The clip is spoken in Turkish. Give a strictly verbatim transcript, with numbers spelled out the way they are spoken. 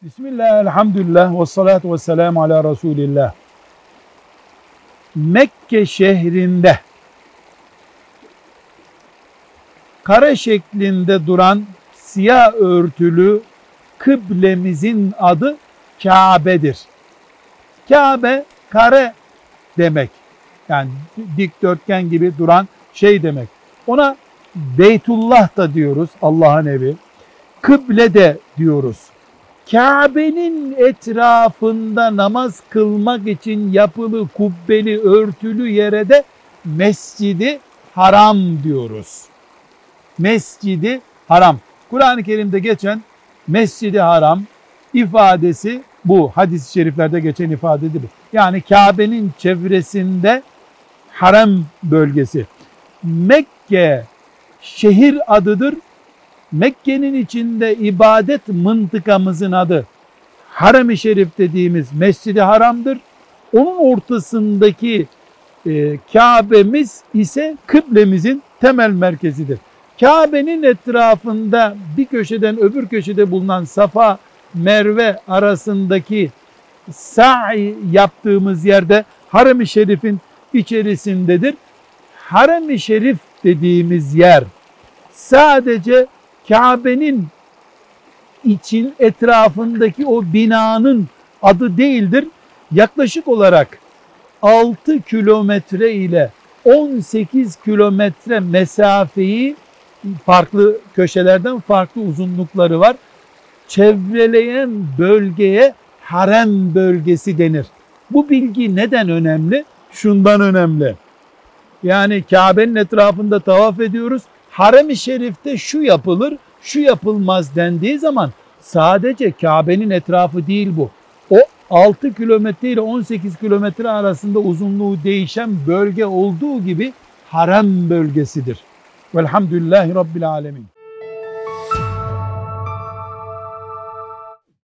Bismillah, elhamdülillah, ve salatu ve selamu ala Resulillah. Mekke şehrinde kare şeklinde duran siyah örtülü kıblemizin adı Kabe'dir. Kabe kare demek. Yani dikdörtgen gibi duran şey demek. Ona Beytullah da diyoruz, Allah'ın evi. Kıble de diyoruz. Kabe'nin etrafında namaz kılmak için yapılı, kubbeli, örtülü yere de Mescid-i Haram diyoruz. Mescid-i Haram. Kur'an-ı Kerim'de geçen Mescid-i Haram ifadesi bu. Hadis-i şeriflerde geçen ifadedir. Yani Kabe'nin çevresinde Haram bölgesi. Mekke şehir adıdır. Mekke'nin içinde ibadet mıntıkamızın adı Haram-ı Şerif dediğimiz Mescid-i Haram'dır. Onun ortasındaki e, Kabe'miz ise kıblemizin temel merkezidir. Kabe'nin etrafında bir köşeden öbür köşede bulunan Safa, Merve arasındaki sa'i yaptığımız yerde Haram-ı Şerif'in içerisindedir. Haram-ı Şerif dediğimiz yer sadece Kabe'nin için etrafındaki o binanın adı değildir. Yaklaşık olarak altı kilometre ile on sekiz kilometre mesafeyi farklı köşelerden farklı uzunlukları var. Çevreleyen bölgeye harem bölgesi denir. Bu bilgi neden önemli? Şundan önemli. Yani Kabe'nin etrafında tavaf ediyoruz. Harem-i Şerif'te şu yapılır, şu yapılmaz dendiği zaman sadece Kabe'nin etrafı değil bu. O altı kilometre ile on sekiz kilometre arasında uzunluğu değişen bölge olduğu gibi harem bölgesidir. Velhamdülillahi Rabbil Alemin.